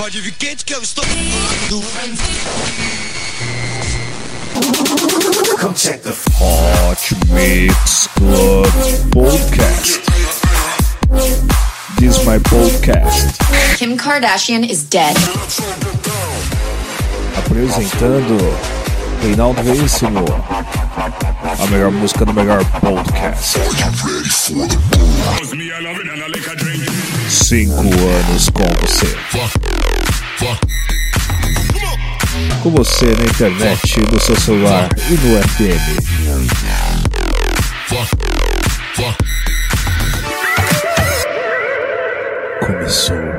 pode vir quente que eu estou. Hot Mix Club Podcast. This is my podcast. Kim Kardashian is dead. Apresentando Reinaldo Veríssimo. A melhor música do melhor podcast. 5 anos com você. Com você na internet, no seu celular e no FM. Começou.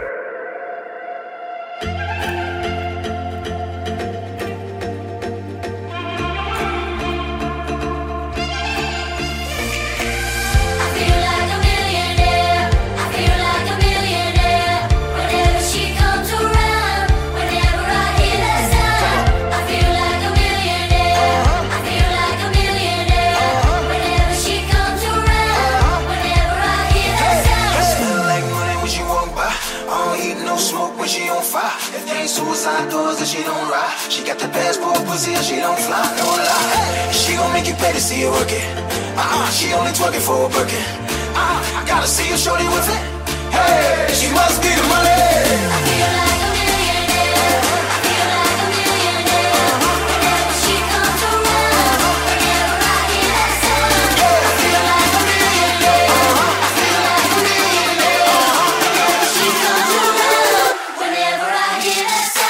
Suicide doors that she don't ride. She got the passport pussy and she don't fly. Don't lie. She gon' make you pay to see her work it. She only twerking for a Birkin. I gotta see her shorty with it. Hey, she must be the money. I feel like a millionaire. I feel like a millionaire. Whenever she comes around, whenever I hear that sound. I feel like a millionaire. I feel like a millionaire. Whenever she comes around, whenever I hear that sound.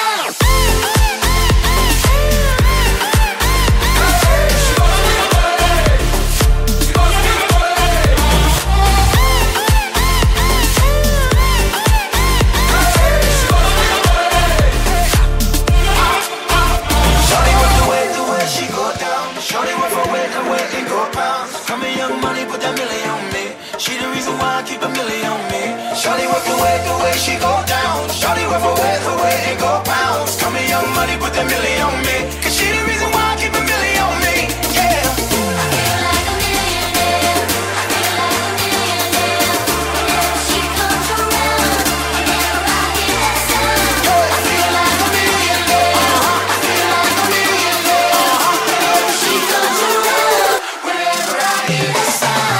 She the reason why I keep a million on me. Shawty work the way she go down. Shawty work her way and go pounds. Call me young money, put that million on me. Cause she the reason why I keep a million on me. Yeah. I feel like a millionaire. I feel like a millionaire. Whenever she comes around, whenever I hear that sound. I feel like a millionaire. I feel like a millionaire. Whenever she comes around, whenever I hear that sound.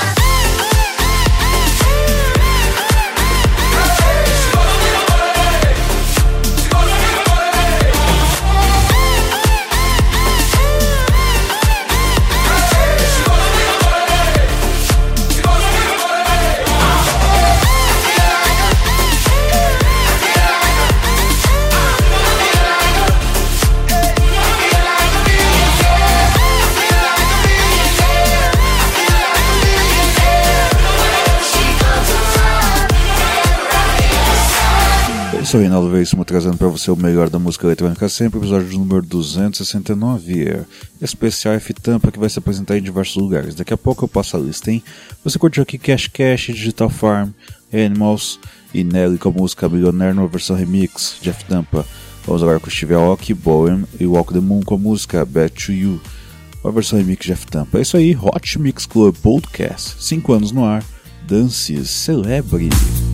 Eu sou o Reinaldo Veríssimo, trazendo para você o melhor da música eletrônica sempre, episódio número 269, especial F Tampa, que vai se apresentar em diversos lugares. Daqui a pouco eu passo a lista, hein? Você curtiu aqui Cash Cash, Digital Farm, Animals e Nelly com a música Millionaire numa versão remix de F Tampa. Vamos agora com Steve Aoki, Bohem e Walk the Moon com a música Bad to You, uma versão remix de F Tampa. É isso aí, Hot Mix Club Podcast, 5 anos no ar, dance, celebre.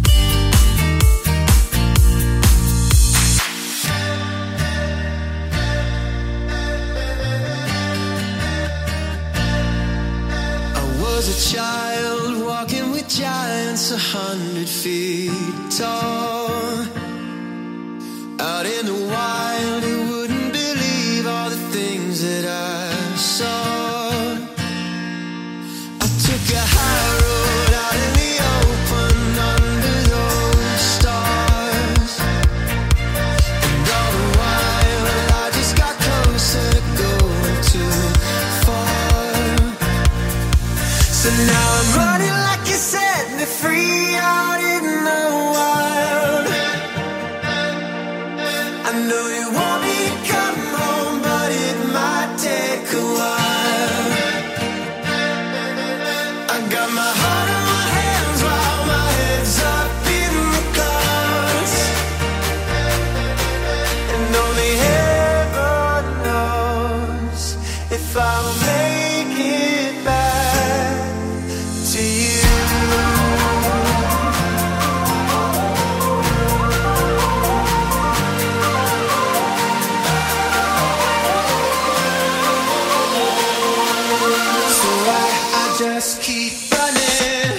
A child walking with giants 100 feet tall. Out in the wild, you wouldn't believe all the things that I saw. I took a high road out in the open under those stars. And all the while, I just got closer to going too far. So now I'm running like you set me free out in the wild. I know you want me to come home, but it might take a while. I got my heart in my hands while my head's up in the clouds. And only heaven knows if I'll make it back to you. just keep running.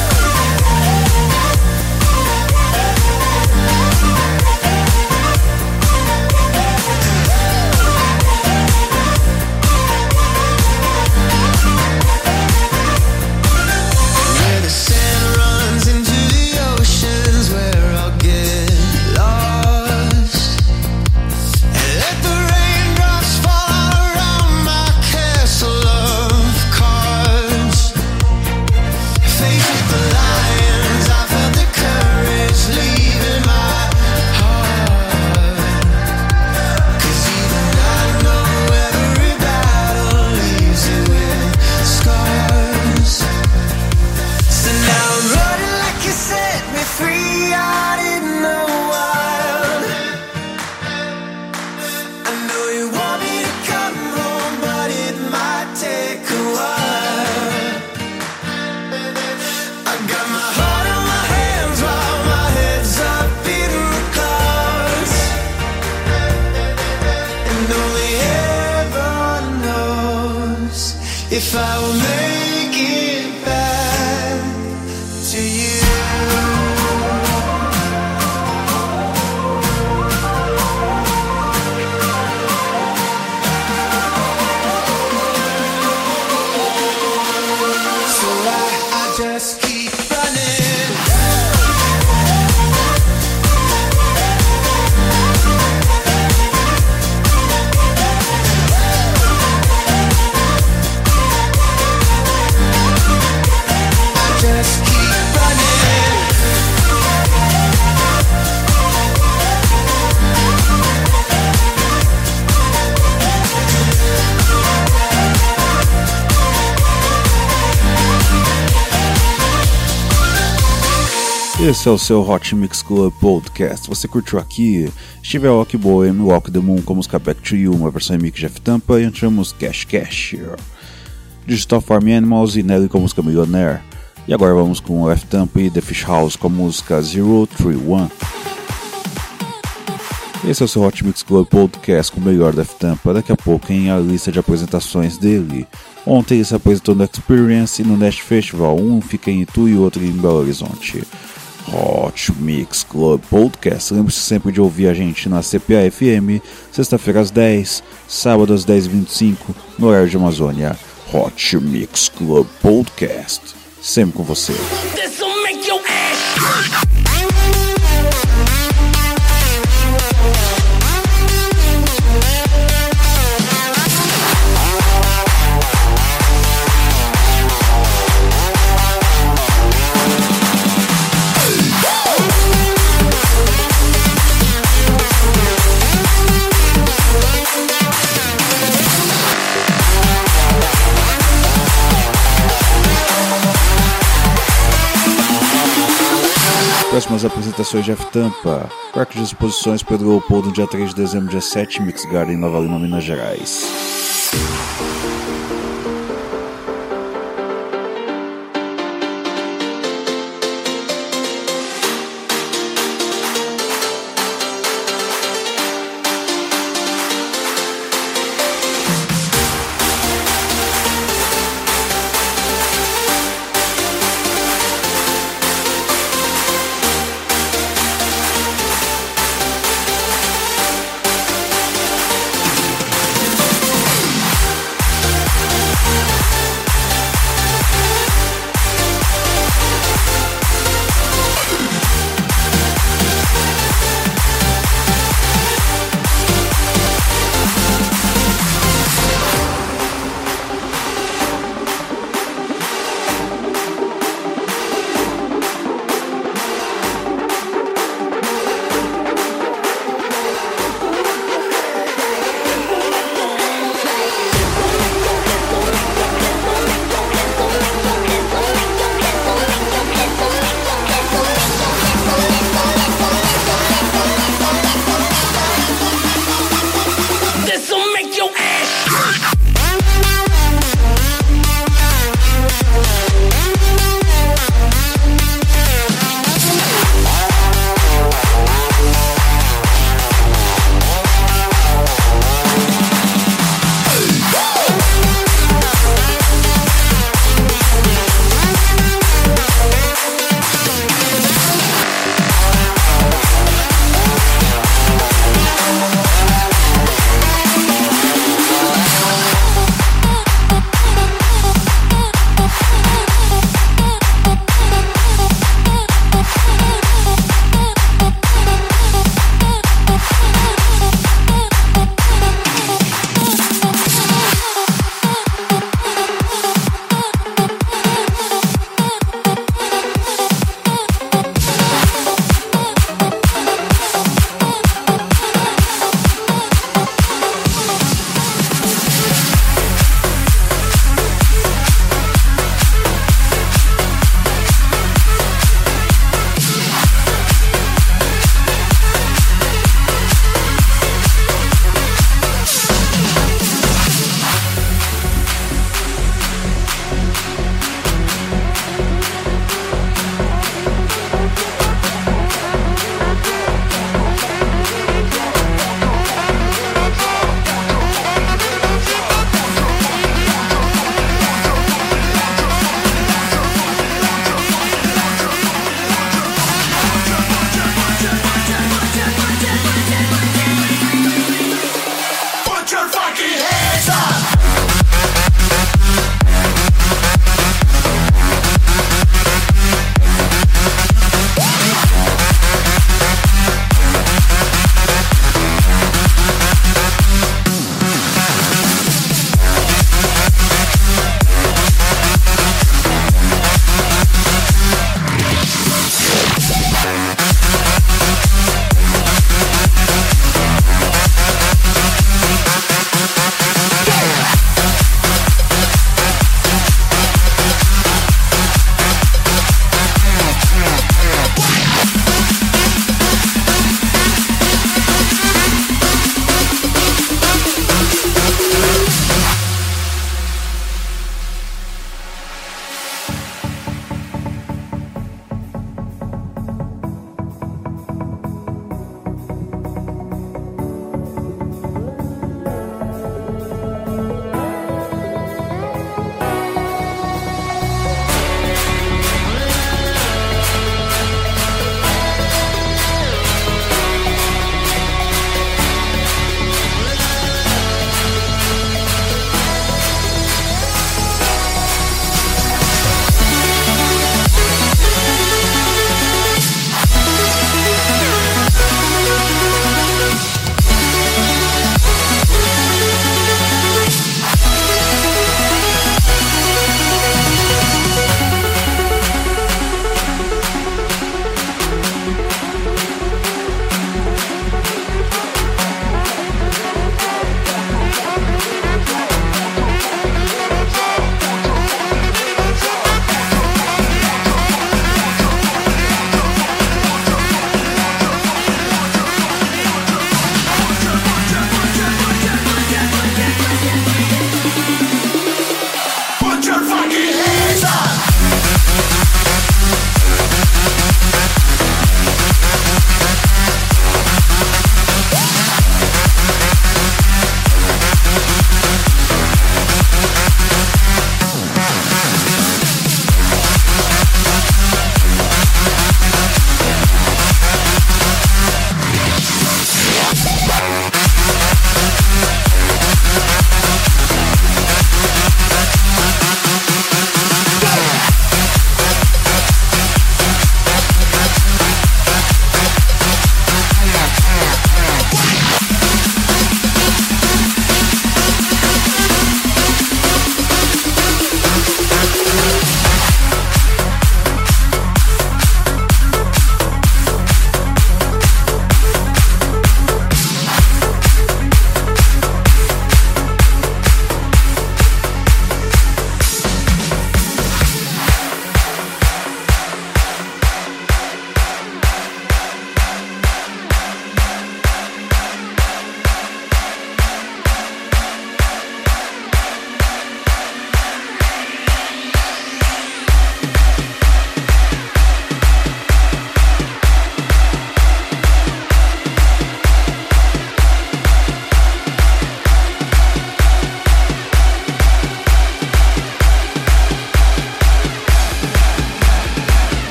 Where the sand runs into the oceans, where I'll get lost and let the raindrops fall all around my castle of cards. Faced with the lions, I felt the courage leaving my heart. 'Cause even I know every battle leaves you with scars. So now I'm running like you set me free out in the wild. I know you want me to come home, but it might take a while. I got my heart in my hands while my head's up in the clouds. And only heaven knows if I will make it back to you. So I just keep running. I just keep running. Esse é o seu Hot Mix Club Podcast. Você curtiu aqui Steve Aoki Bohem, Walk the Moon com a música Back to You, uma versão remix de Jeff Tampa, e entramos Cash Cash, Digital Farm Animals e Nelly com a música Millionaire. E agora vamos com o F Tampa e The Fish House com a música 031. Esse é o seu Hot Mix Club Podcast com o melhor da F Tampa. Daqui a pouco em a lista de apresentações dele. Ontem ele se apresentou no Experience e no Nest Festival, um fica em Itu e o outro em Belo Horizonte. Hot Mix Club Podcast. Lembre-se sempre de ouvir a gente na CPA FM, sexta-feira às 10, sábado às 10h25, no horário de Amazônia. Hot Mix Club Podcast. Sempre com você. This'll make your ass. Próximas apresentações de F Tampa. Parque de Exposições Pedro Leopoldo, dia 3 de dezembro, dia 7, Mix Garden, Nova Lima, Minas Gerais.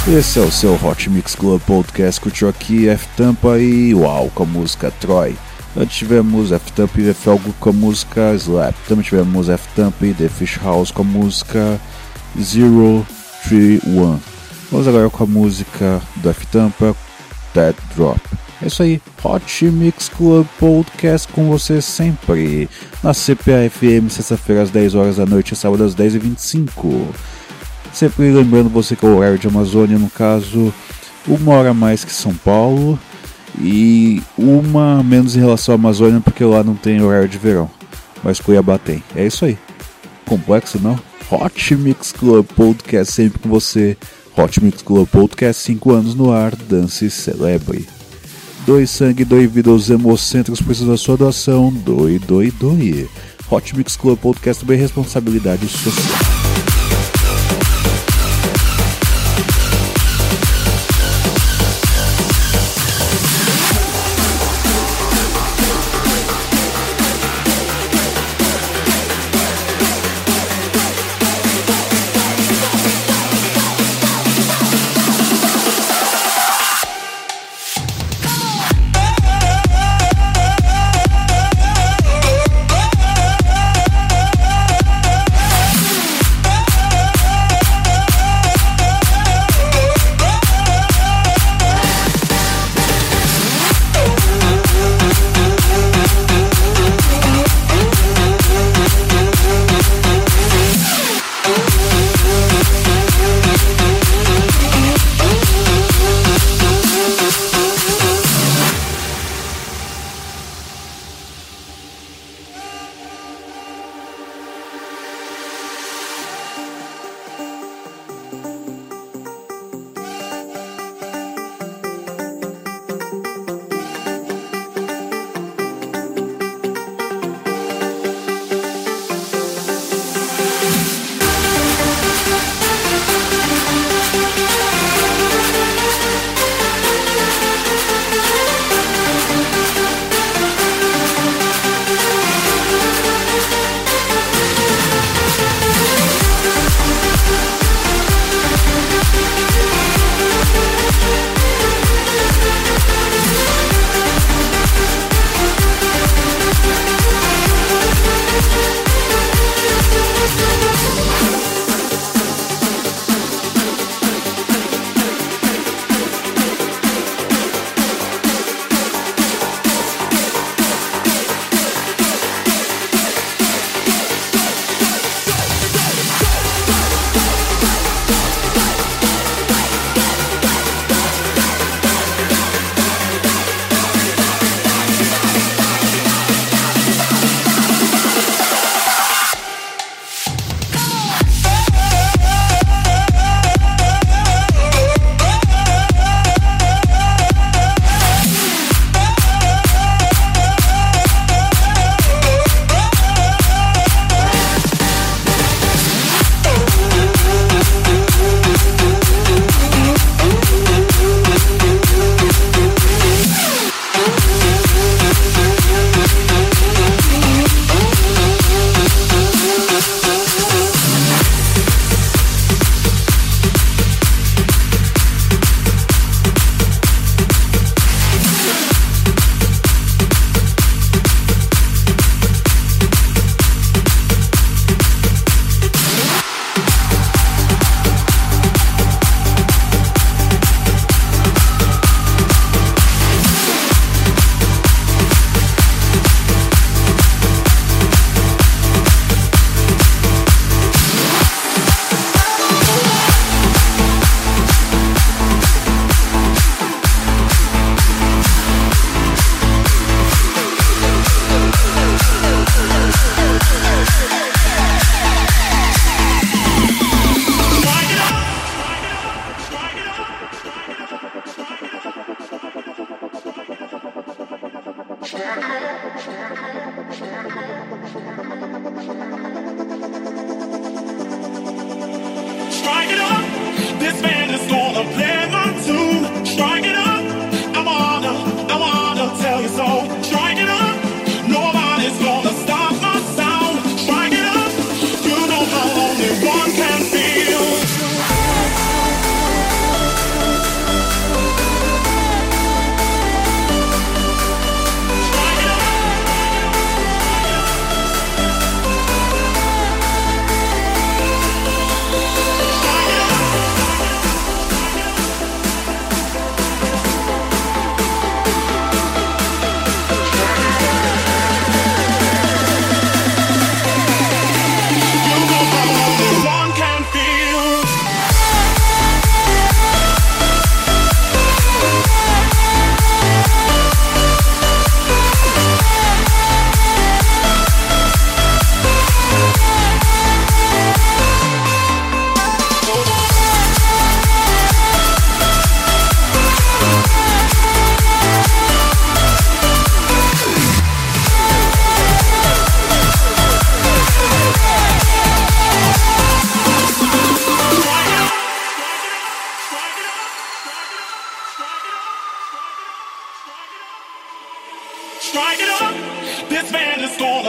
Esse é o seu Hot Mix Club Podcast, curtiu aqui F-Tampa e Uau com a música Troy. Antes tivemos F-Tampa e The Felgo com a música Slap. Também tivemos F-Tampa e The Fish House com a música 031. Vamos agora com a música do F-Tampa, Dead Drop. É isso aí, Hot Mix Club Podcast com você sempre na CPA-FM, sexta-feira às 10 horas da noite e sábado às 10h25. Sempre lembrando você que é o horário de Amazônia, no caso, 1 hora a mais que São Paulo e 1 a menos em relação à Amazônia, porque lá não tem horário de verão, mas Cuiabá tem. É isso aí. Complexo não? Hot Mix Club Podcast sempre com você. Hot Mix Club Podcast, 5 anos no ar, dance e celebre. Doe sangue, doe vida, os hemocentros precisam da sua doação. Doe, doe, doe. Hot Mix Club Podcast, também responsabilidade social.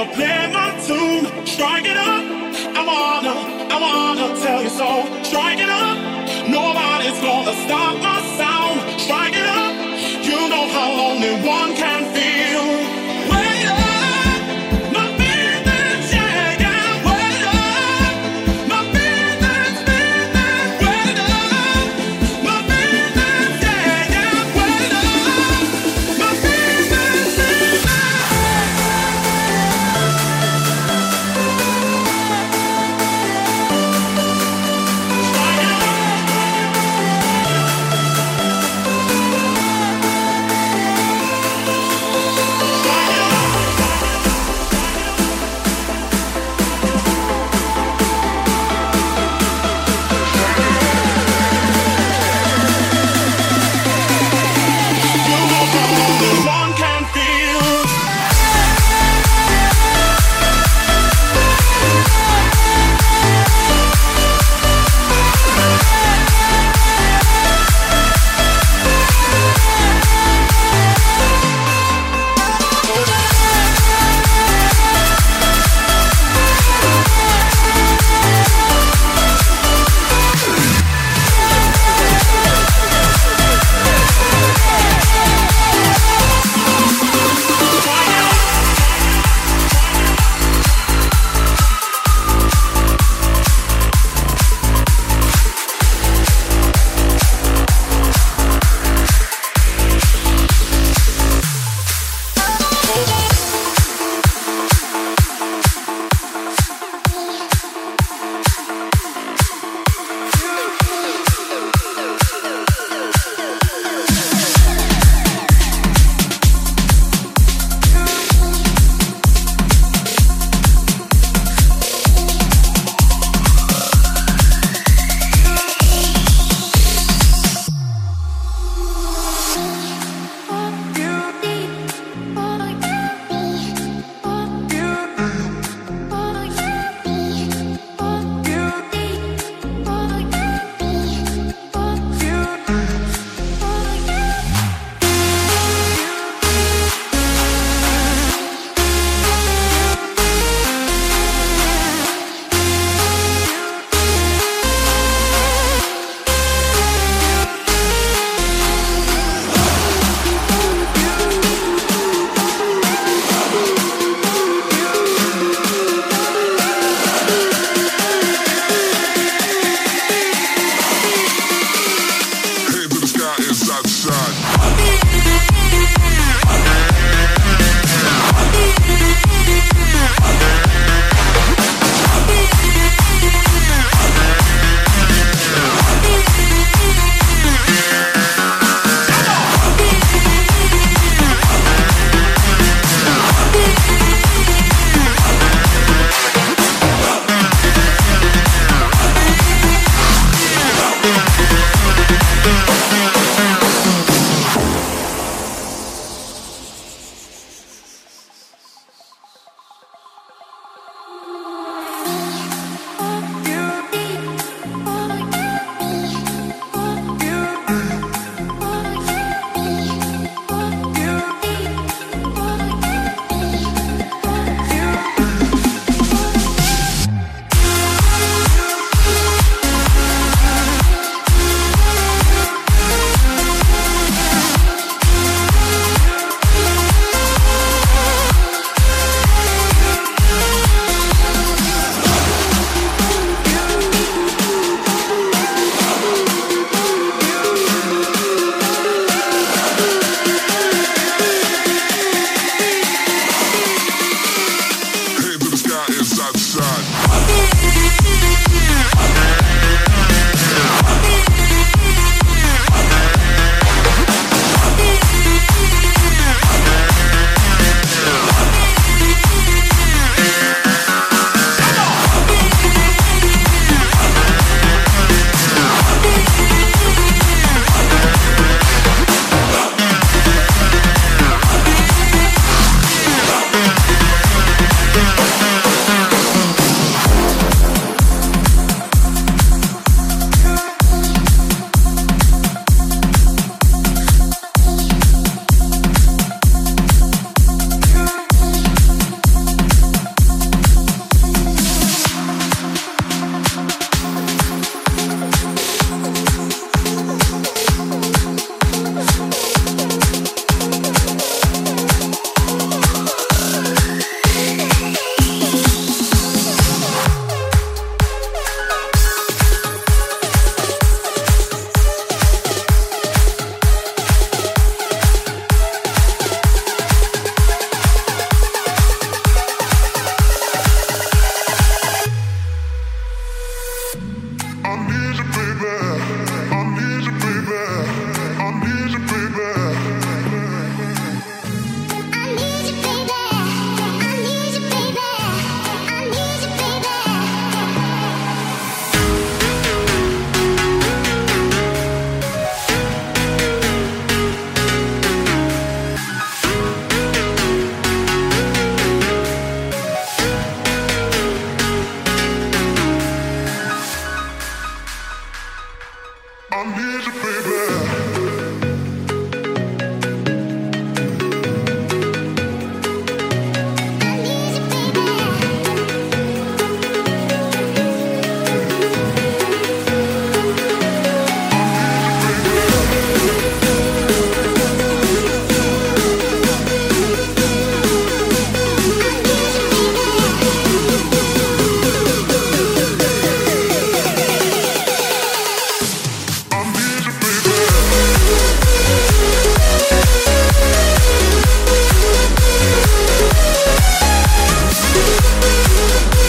wanna play my tune, strike it up. I wanna tell you so. Strike it up. Nobody's gonna stop my sound. Strike it up. You know how only one can feel. Wait up, my feelings, yeah, yeah. Wait up, my feelings, feelings. Wait up, my feelings, yeah, yeah. Wait up, my feelings, feelings.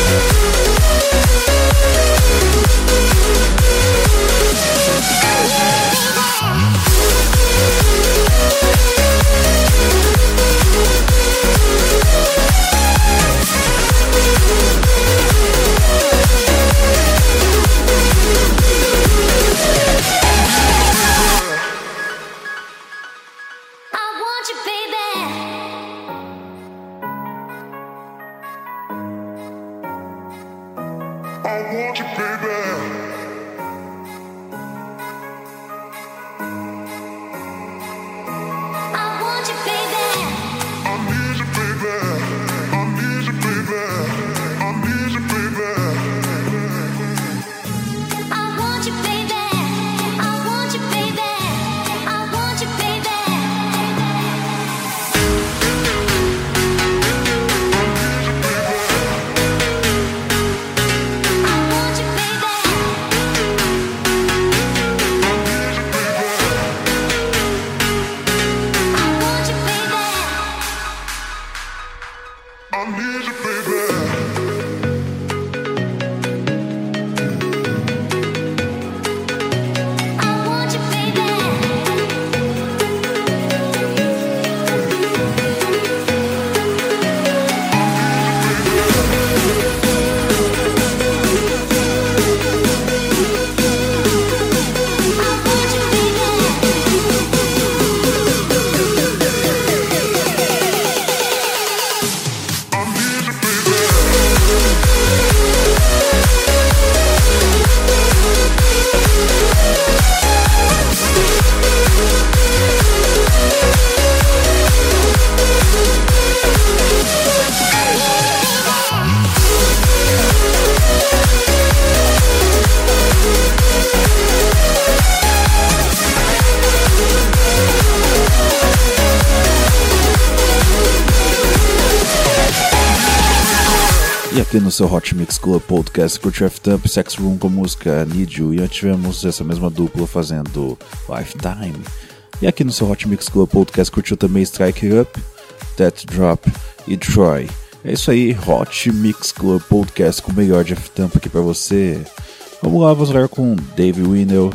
E aqui no seu Hot Mix Club Podcast, curtiu F-Thump, Sex Room com a música Need You, e antes tivemos essa mesma dupla fazendo Lifetime. E aqui no seu Hot Mix Club Podcast, curtiu também Strike It Up, That Drop e Troy. É isso aí, Hot Mix Club Podcast com o melhor de F-Thump aqui pra você. Vamos lá, vamos lá com Dave Winnell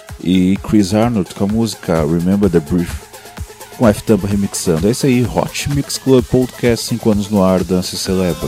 e Chris Arnold com a música Remember the Brief, com F-Thump remixando. É isso aí, Hot Mix Club Podcast, 5 anos no ar, dança e celebre.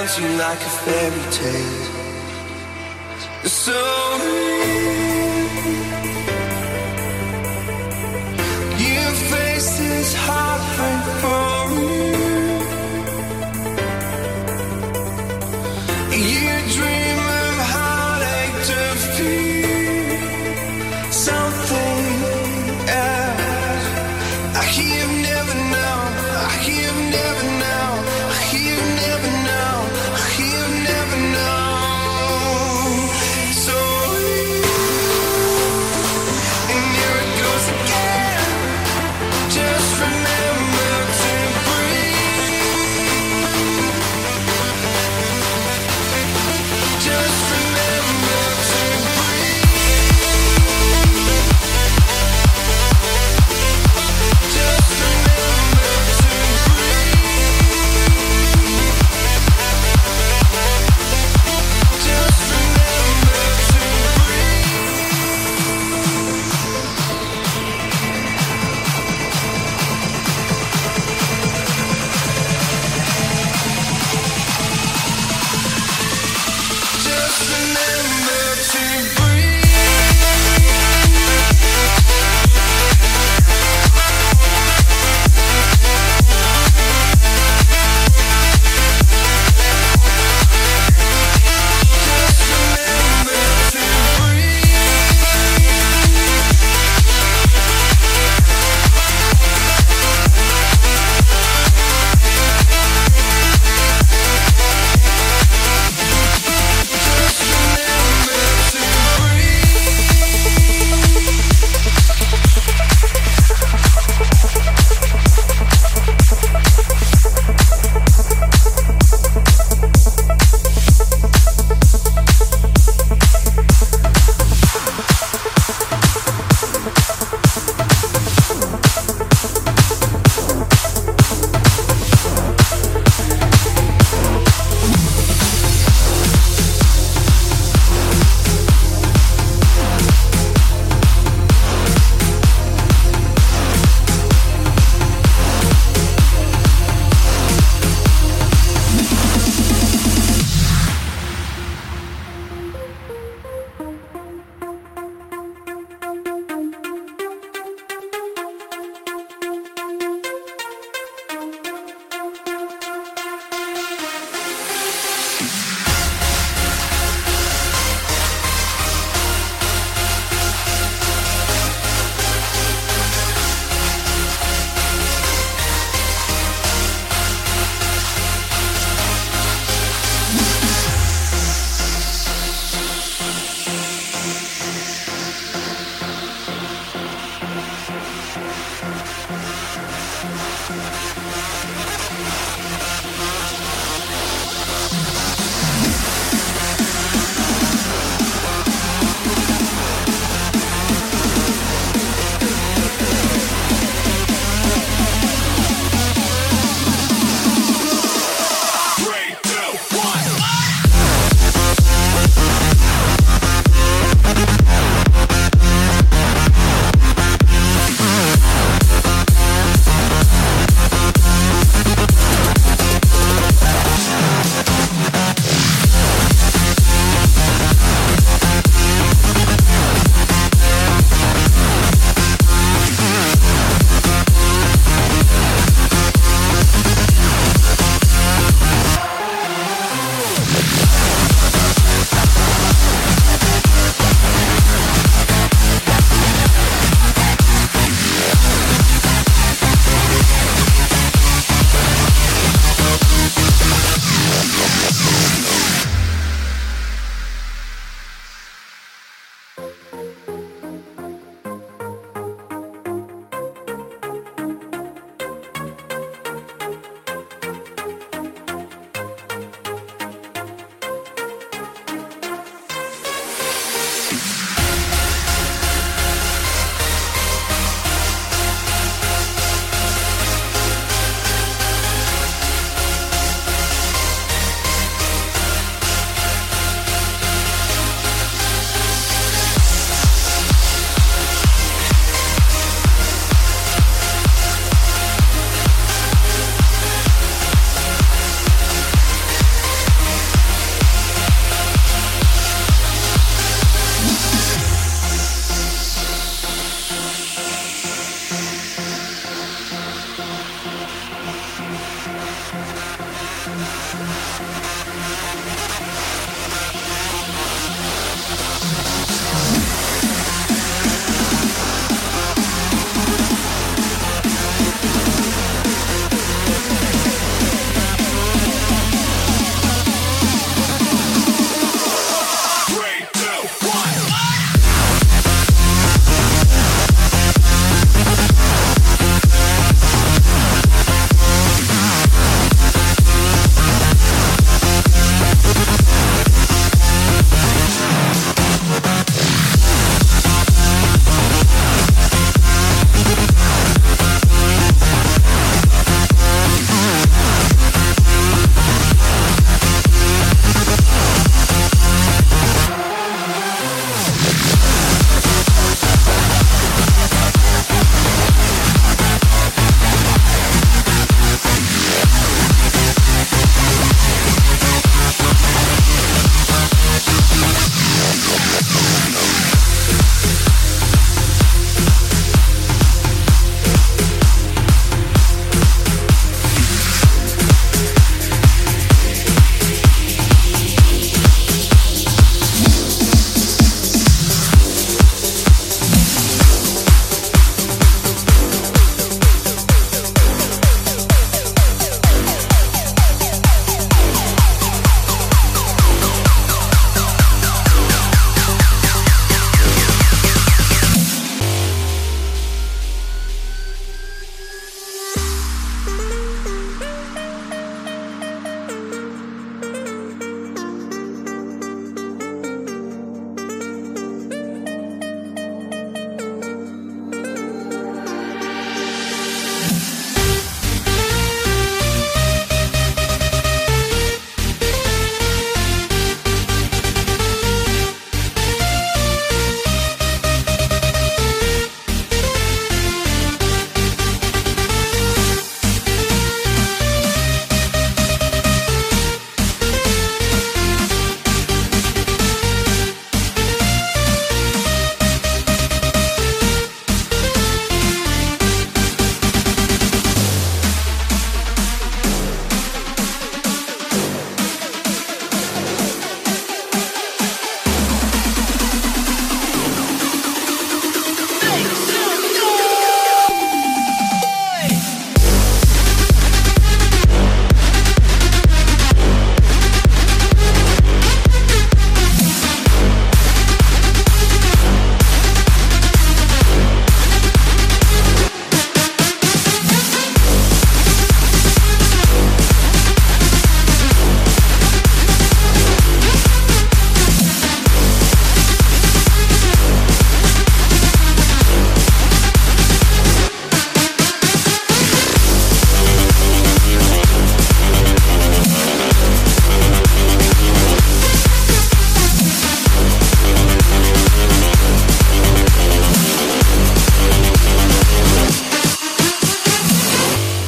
Like a fairy tale. So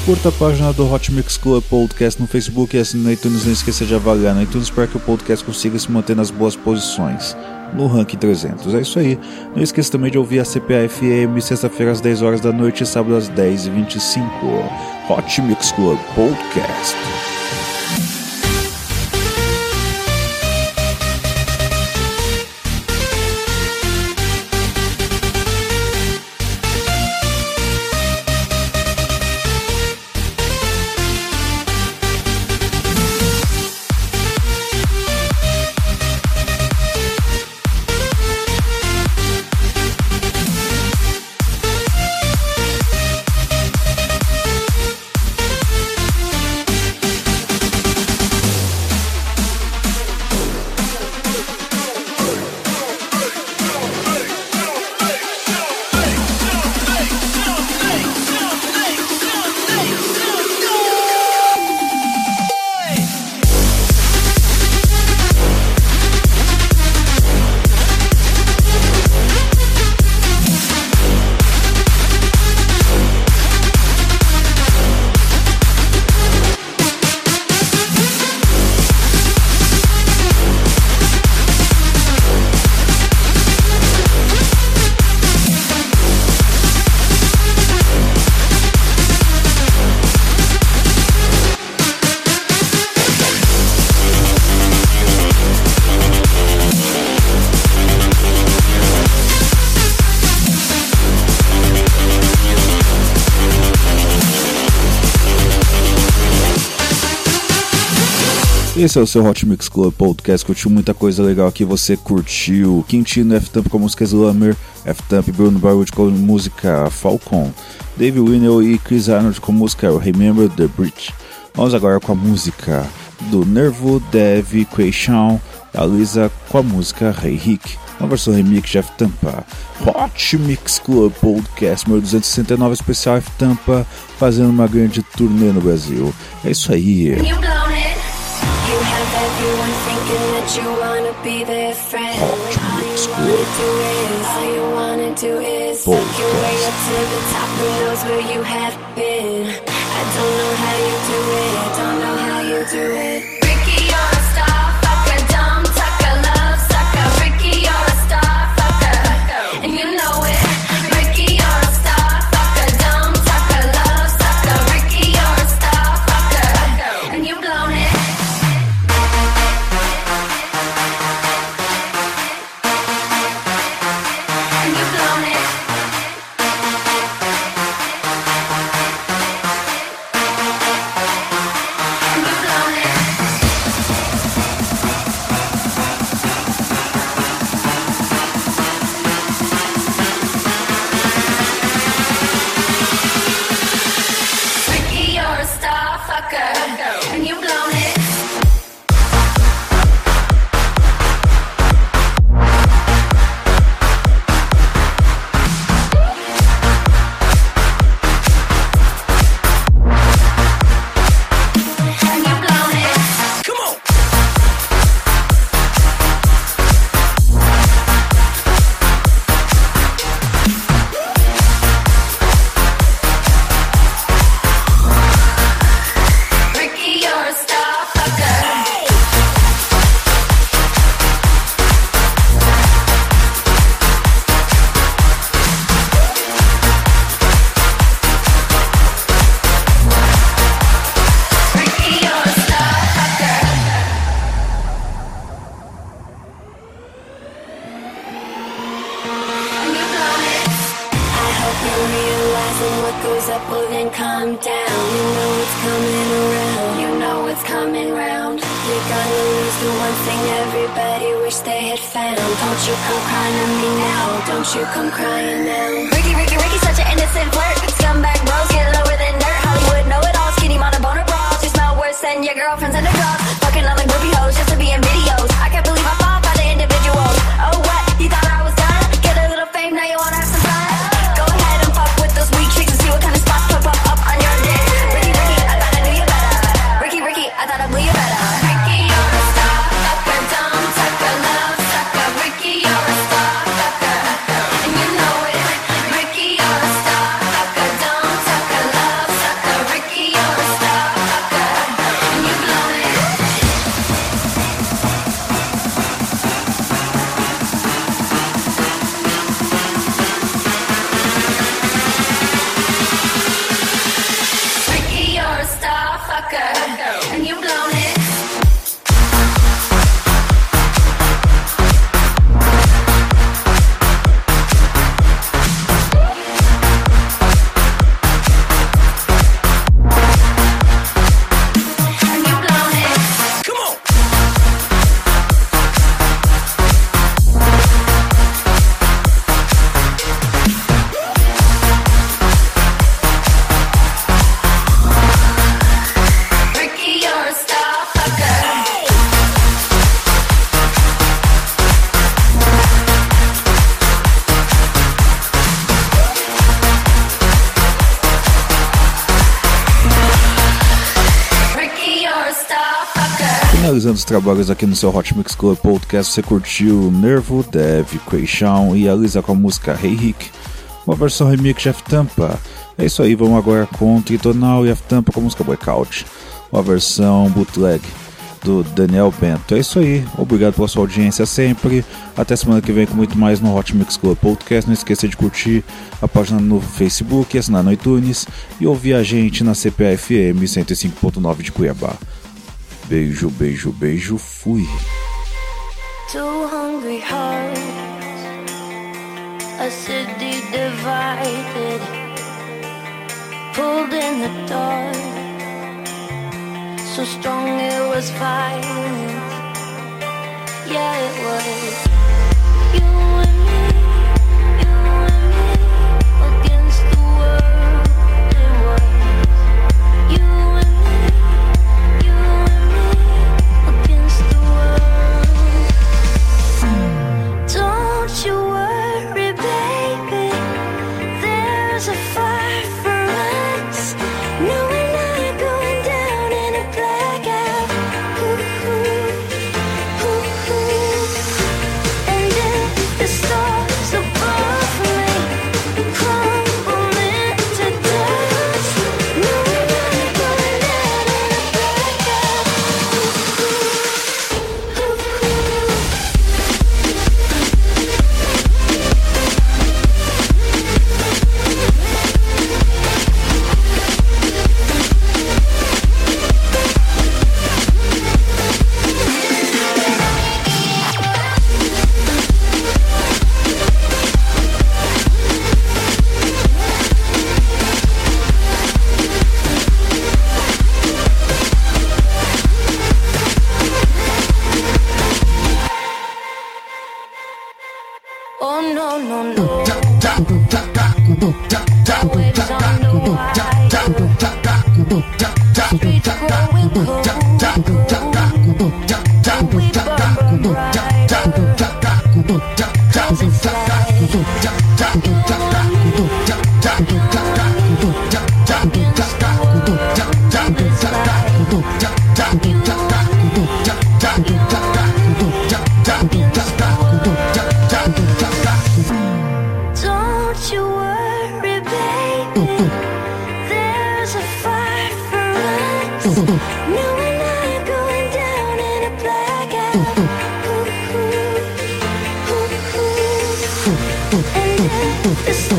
Curta a página do Hot Mix Club Podcast no Facebook e assine no iTunes. Não esqueça de avaliar no iTunes para que o podcast consiga se manter nas boas posições no ranking 300. É isso aí. Não esqueça também de ouvir a CPA-FM sexta-feira às 10 horas da noite e sábado às 10h25. Hot Mix Club Podcast. Esse é o seu Hot Mix Club Podcast. Curtiu muita coisa legal aqui, você curtiu Quintino F-Thump com a música Slammer, F-Thump Bruno Barwood com a música Falcon, Dave Winnell e Chris Arnold com a música Remember the Bridge. Vamos agora com a música do Nervo, Dev, Quayshawn, a Lisa com a música Hey Rick, uma versão remix de F-Tampa. Hot Mix Club Podcast número 269, especial F-Tampa, fazendo uma grande turnê no Brasil. É isso aí. Everyone thinking that you wanna be their friend. All you wanna do is work your way up to the top. Who knows where you have been? I don't know how you do it. Don't know how you do it. Ricky, you're a star fucker, dumb tucker, love sucker. Ricky, you're a star fucker, and you know it. Ricky, you're a star fucker, dumb tucker, love sucker. Ricky, you're a star fucker, and you've blown it. Ricky, such an innocent flirt. Scumbag bros get lower than dirt. Hollywood know-it-all, skinny mom and boner bras. You smell worse than your girlfriend's in the club. Fucking all the groupie hoes just to be in videos. I can't believe I fall by the individuals. Oh what, you thought I was done? Get a little fame, now you wanna have some fun? Go ahead and fuck with those weak chicks and see what kind of spots pop up on your dick. Ricky, I thought I knew you better. Ricky, I thought I blew you better. Ricky, you're a star fucker, dumb sucker, love sucker. Ricky, you're a star fucker, and you know it. Ricky, you're a star fucker, dumb Finalizando os trabalhos aqui no seu Hot Mix Club Podcast, você curtiu Nervo, Dev, Quayshawn e a Lisa com a música Hey Rick, uma versão remix de F-Tampa. É isso aí, vamos agora com Tritonal e F-Tampa com a música Blackout, uma versão bootleg do Daniel Bento. É isso aí, obrigado pela sua audiência sempre. Até semana que vem com muito mais no Hot Mix Club Podcast. Não esqueça de curtir a página no Facebook, assinar no iTunes e ouvir a gente na CPA-FM 105.9 de Cuiabá. Beijo, beijo, beijo, fui. Two hungry hearts, a city divided, pulled in the dark. So strong it was violent. Yeah, it was. You and me, against the world. It was. You and me, against the world. Don't you worry, baby. There's a fire for us. No, we're not going down in a blackout. And if the stars above me crumble into dust, no, we're not going down in a blackout. Oh no, no, no. Waves on the wire. Streets growing cold. We burn bright. Cause it's like you and me, against the world. It's like you Don't you worry, baby. There's a fire for us. No, we're not going down in a blackout. And if the